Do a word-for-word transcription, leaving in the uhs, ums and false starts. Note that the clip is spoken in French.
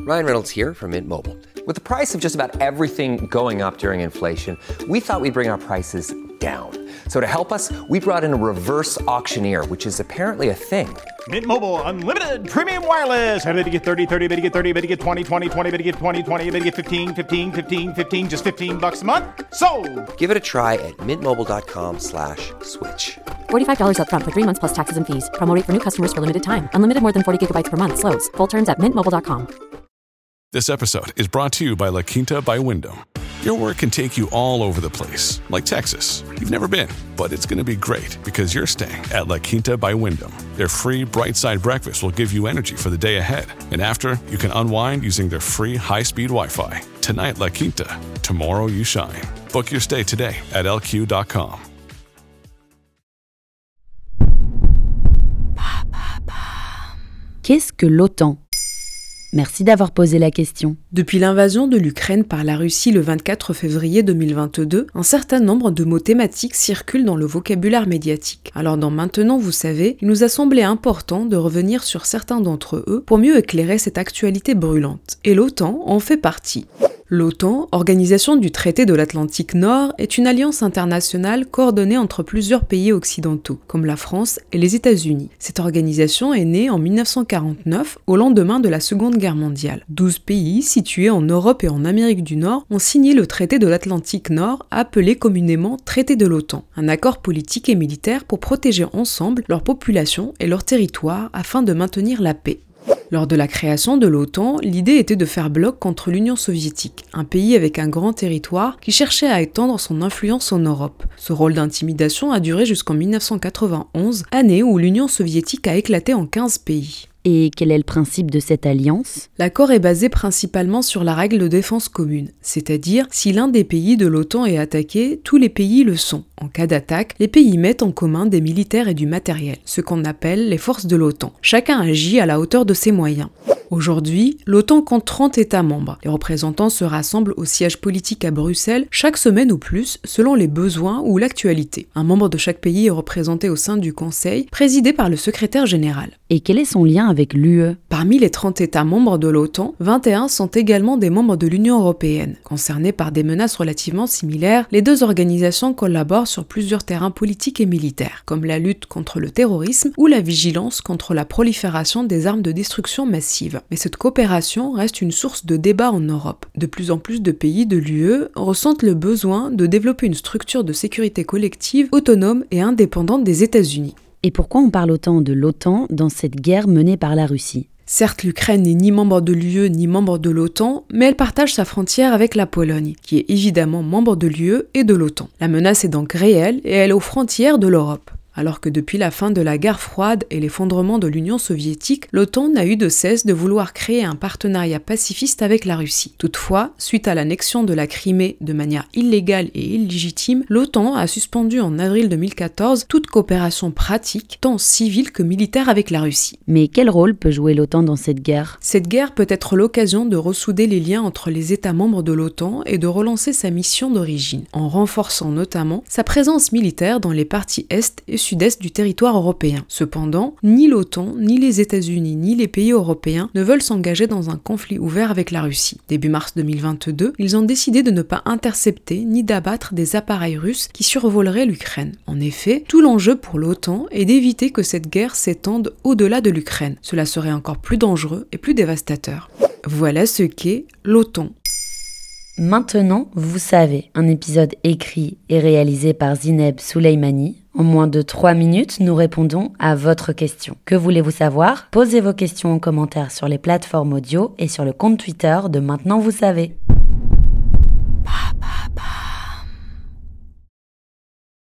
Ryan Reynolds here from Mint Mobile. With the price of just about everything going up during inflation, we thought we'd bring our prices down. So to help us, we brought in a reverse auctioneer, which is apparently a thing. Mint Mobile Unlimited Premium Wireless. How to get thirty, thirty, how to get thirty, how to get twenty, twenty, twenty, how to get twenty, twenty, how to get fifteen, fifteen, fifteen, fifteen, just fifteen bucks a month? Sold! Give it a try at mintmobile.com slash switch. forty-five dollars up front for three months plus taxes and fees. Promo rate for new customers for limited time. Unlimited more than forty gigabytes per month. Slows full terms at mint mobile dot com. This episode is brought to you by La Quinta by Wyndham. Your work can take you all over the place, like Texas. You've never been, but it's going to be great because you're staying at La Quinta by Wyndham. Their free Bright Side breakfast will give you energy for the day ahead. And after, you can unwind using their free high-speed Wi-Fi. Tonight, La Quinta. Tomorrow, you shine. Book your stay today at L Q dot com. Qu'est-ce que l'OTAN ? Merci d'avoir posé la question. Depuis l'invasion de l'Ukraine par la Russie le vingt-quatre février deux mille vingt-deux, un certain nombre de mots thématiques circulent dans le vocabulaire médiatique. Alors dans Maintenant, vous savez, il nous a semblé important de revenir sur certains d'entre eux pour mieux éclairer cette actualité brûlante. Et l'OTAN en fait partie. L'OTAN, organisation du traité de l'Atlantique Nord, est une alliance internationale coordonnée entre plusieurs pays occidentaux, comme la France et les États-Unis. Cette organisation est née en mille neuf cent quarante-neuf, au lendemain de la Seconde Guerre mondiale. douze pays, situés en Europe et en Amérique du Nord, ont signé le traité de l'Atlantique Nord, appelé communément traité de l'OTAN, un accord politique et militaire pour protéger ensemble leur population et leur territoire afin de maintenir la paix. Lors de la création de l'OTAN, l'idée était de faire bloc contre l'Union soviétique, un pays avec un grand territoire qui cherchait à étendre son influence en Europe. Ce rôle d'intimidation a duré jusqu'en mille neuf cent quatre-vingt-onze, année où l'Union soviétique a éclaté en quinze pays. Et quel est le principe de cette alliance ? L'accord est basé principalement sur la règle de défense commune, c'est-à-dire si l'un des pays de l'OTAN est attaqué, tous les pays le sont. En cas d'attaque, les pays mettent en commun des militaires et du matériel, ce qu'on appelle les forces de l'OTAN. Chacun agit à la hauteur de ses moyens. Aujourd'hui, l'OTAN compte trente États membres. Les représentants se rassemblent au siège politique à Bruxelles chaque semaine ou plus, selon les besoins ou l'actualité. Un membre de chaque pays est représenté au sein du Conseil, présidé par le secrétaire général. Et quel est son lien avec l'U E ? Parmi les trente États membres de l'OTAN, vingt et un sont également des membres de l'Union européenne. Concernés par des menaces relativement similaires, les deux organisations collaborent sur plusieurs terrains politiques et militaires, comme la lutte contre le terrorisme ou la vigilance contre la prolifération des armes de destruction massive. Mais cette coopération reste une source de débat en Europe. De plus en plus de pays de l'U E ressentent le besoin de développer une structure de sécurité collective autonome et indépendante des États-Unis. Et pourquoi on parle autant de l'OTAN dans cette guerre menée par la Russie ? Certes, l'Ukraine n'est ni membre de l'U E ni membre de l'OTAN, mais elle partage sa frontière avec la Pologne, qui est évidemment membre de l'U E et de l'OTAN. La menace est donc réelle et elle est aux frontières de l'Europe. Alors que depuis la fin de la guerre froide et l'effondrement de l'Union soviétique, l'OTAN n'a eu de cesse de vouloir créer un partenariat pacifiste avec la Russie. Toutefois, suite à l'annexion de la Crimée de manière illégale et illégitime, l'OTAN a suspendu en avril deux mille quatorze toute coopération pratique, tant civile que militaire avec la Russie. Mais quel rôle peut jouer l'OTAN dans cette guerre ? Cette guerre peut être l'occasion de ressouder les liens entre les États membres de l'OTAN et de relancer sa mission d'origine, en renforçant notamment sa présence militaire dans les parties est et sud-est du territoire européen. Cependant, ni l'OTAN, ni les États-Unis, ni les pays européens ne veulent s'engager dans un conflit ouvert avec la Russie. Début mars deux mille vingt-deux, ils ont décidé de ne pas intercepter ni d'abattre des appareils russes qui survoleraient l'Ukraine. En effet, tout l'enjeu pour l'OTAN est d'éviter que cette guerre s'étende au-delà de l'Ukraine. Cela serait encore plus dangereux et plus dévastateur. Voilà ce qu'est l'OTAN. Maintenant, vous savez, un épisode écrit et réalisé par Zineb Souleimani. En moins de trois minutes, nous répondons à votre question. Que voulez-vous savoir ? Posez vos questions en commentaire sur les plateformes audio et sur le compte Twitter de Maintenant, vous savez.